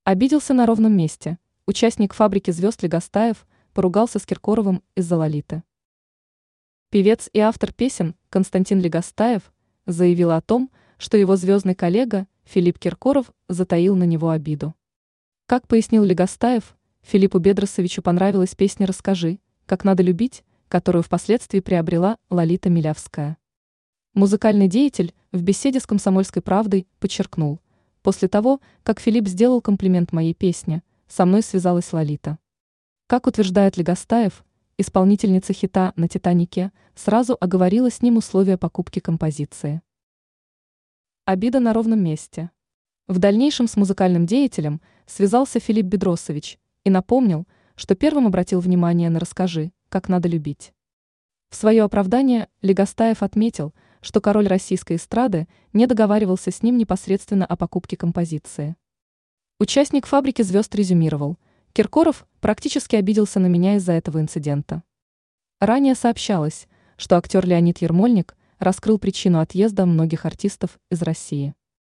Обиделся на ровном месте. Участник «Фабрики звезд» Легостаев поругался с Киркоровым из-за Лолиты. Певец и автор песен Константин Легостаев заявил о том, что его звездный коллега Филипп Киркоров затаил на него обиду. Как пояснил Легостаев, Филиппу Бедросовичу понравилась песня «Расскажи, как надо любить», которую впоследствии приобрела Лолита Милявская. Музыкальный деятель в беседе с «Комсомольской правдой» подчеркнул: «После того, как Филипп сделал комплимент моей песне, со мной связалась Лолита». Как утверждает Легостаев, исполнительница хита «На Титанике» сразу оговорила с ним условия покупки композиции. Обида на ровном месте. В дальнейшем с музыкальным деятелем связался Филипп Бедросович и напомнил, что первым обратил внимание на «Расскажи, как надо любить». В свое оправдание Легостаев отметил, что король российской эстрады не договаривался с ним непосредственно о покупке композиции. Участник «Фабрики звезд» резюмировал: «Киркоров практически обиделся на меня из-за этого инцидента». Ранее сообщалось, что актер Леонид Ермольник раскрыл причину отъезда многих артистов из России.